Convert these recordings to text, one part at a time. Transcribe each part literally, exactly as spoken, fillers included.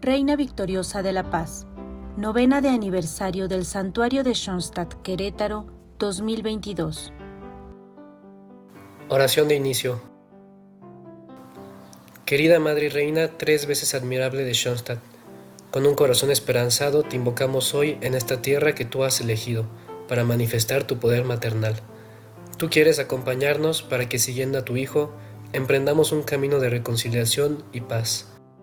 Reina Victoriosa de la Paz, novena de aniversario del Santuario de Schoenstatt, Querétaro, dos mil veintidós. Oración de inicio. Querida Madre y Reina, tres veces admirable de Schoenstatt, con un corazón esperanzado te invocamos hoy en esta tierra que tú has elegido para manifestar tu poder maternal. Tú quieres acompañarnos para que, siguiendo a tu Hijo, emprendamos un camino de reconciliación y paz.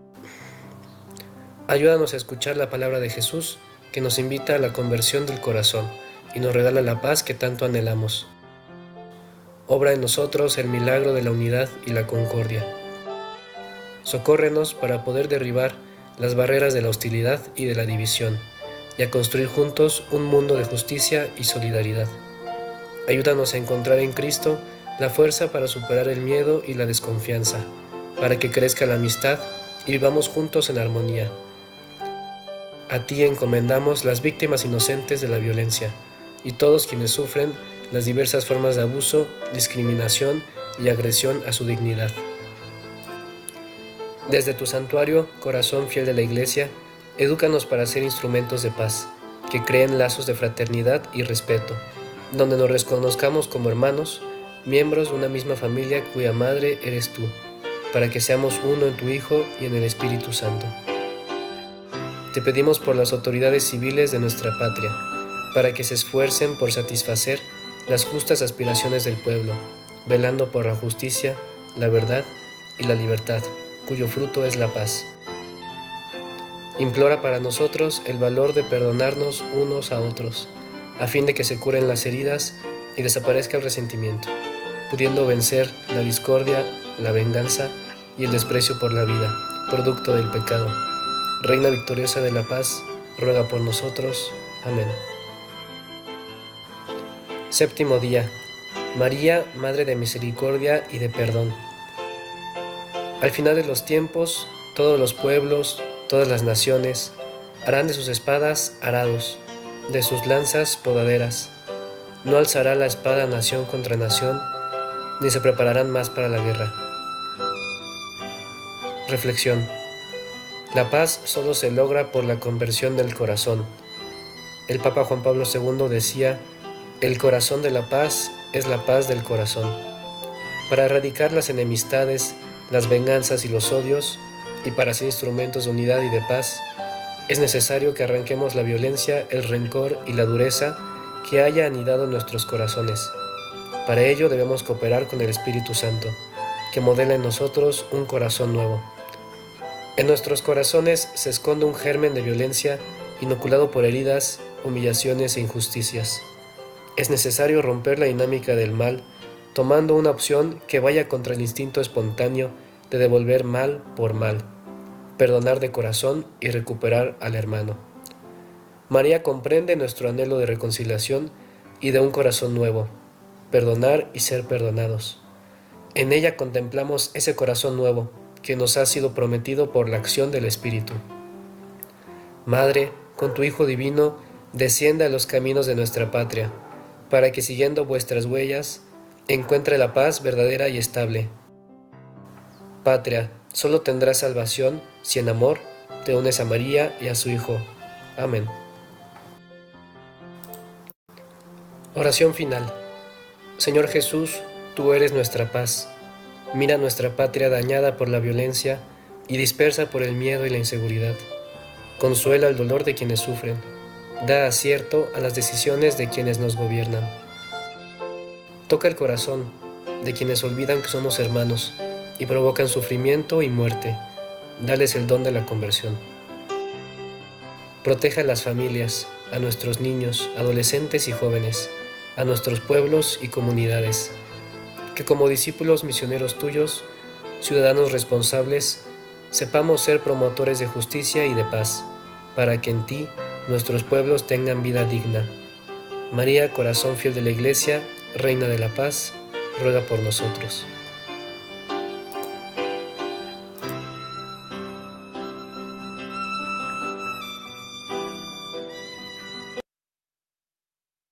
Ayúdanos a escuchar la palabra de Jesús, que nos invita a la conversión del corazón y nos regala la paz que tanto anhelamos. Obra en nosotros el milagro de la unidad y la concordia. Socórrenos para poder derribar las barreras de la hostilidad y de la división, y a construir juntos un mundo de justicia y solidaridad. Ayúdanos a encontrar en Cristo la fuerza para superar el miedo y la desconfianza, para que crezca la amistad y vivamos juntos en armonía. A ti encomendamos las víctimas inocentes de la violencia y todos quienes sufren las diversas formas de abuso, discriminación y agresión a su dignidad. Desde tu santuario, corazón fiel de la Iglesia, edúcanos para ser instrumentos de paz, que creen lazos de fraternidad y respeto, donde nos reconozcamos como hermanos, miembros de una misma familia cuya madre eres tú, para que seamos uno en tu Hijo y en el Espíritu Santo. Te pedimos por las autoridades civiles de nuestra patria, para que se esfuercen por satisfacer las justas aspiraciones del pueblo, velando por la justicia, la verdad y la libertad, cuyo fruto es la paz. Implora para nosotros el valor de perdonarnos unos a otros, a fin de que se curen las heridas y desaparezca el resentimiento, pudiendo vencer la discordia, la venganza y el desprecio por la vida, producto del pecado. Reina Victoriosa de la Paz, ruega por nosotros. Amén. Séptimo día. María, Madre de Misericordia y de Perdón. Al final de los tiempos, todos los pueblos, todas las naciones, harán de sus espadas arados, de sus lanzas podaderas. No alzará la espada nación contra nación, ni se prepararán más para la guerra. Reflexión. La paz solo se logra por la conversión del corazón. El Papa Juan Pablo segundo decía: el corazón de la paz es la paz del corazón. Para erradicar las enemistades, las venganzas y los odios, y para ser instrumentos de unidad y de paz, es necesario que arranquemos la violencia, el rencor y la dureza que haya anidado en nuestros corazones. Para ello debemos cooperar con el Espíritu Santo, que modela en nosotros un corazón nuevo. En nuestros corazones se esconde un germen de violencia inoculado por heridas, humillaciones e injusticias. Es necesario romper la dinámica del mal, tomando una opción que vaya contra el instinto espontáneo de devolver mal por mal, perdonar de corazón y recuperar al hermano. María comprende nuestro anhelo de reconciliación y de un corazón nuevo, perdonar y ser perdonados. En ella contemplamos ese corazón nuevo que nos ha sido prometido por la acción del Espíritu. Madre, con tu Hijo Divino, descienda a los caminos de nuestra patria, para que, siguiendo vuestras huellas, encuentre la paz verdadera y estable. Patria, solo tendrás salvación si en amor te unes a María y a su Hijo. Amén. Oración final. Señor Jesús, tú eres nuestra paz. Mira nuestra patria dañada por la violencia y dispersa por el miedo y la inseguridad. Consuela el dolor de quienes sufren. Da acierto a las decisiones de quienes nos gobiernan. Toca el corazón de quienes olvidan que somos hermanos y provocan sufrimiento y muerte. Dales el don de la conversión. Proteja a las familias, a nuestros niños, adolescentes y jóvenes, a nuestros pueblos y comunidades. Que como discípulos misioneros tuyos, ciudadanos responsables, sepamos ser promotores de justicia y de paz, para que en ti nuestros pueblos tengan vida digna. María, corazón fiel de la Iglesia, Reina de la Paz, ruega por nosotros.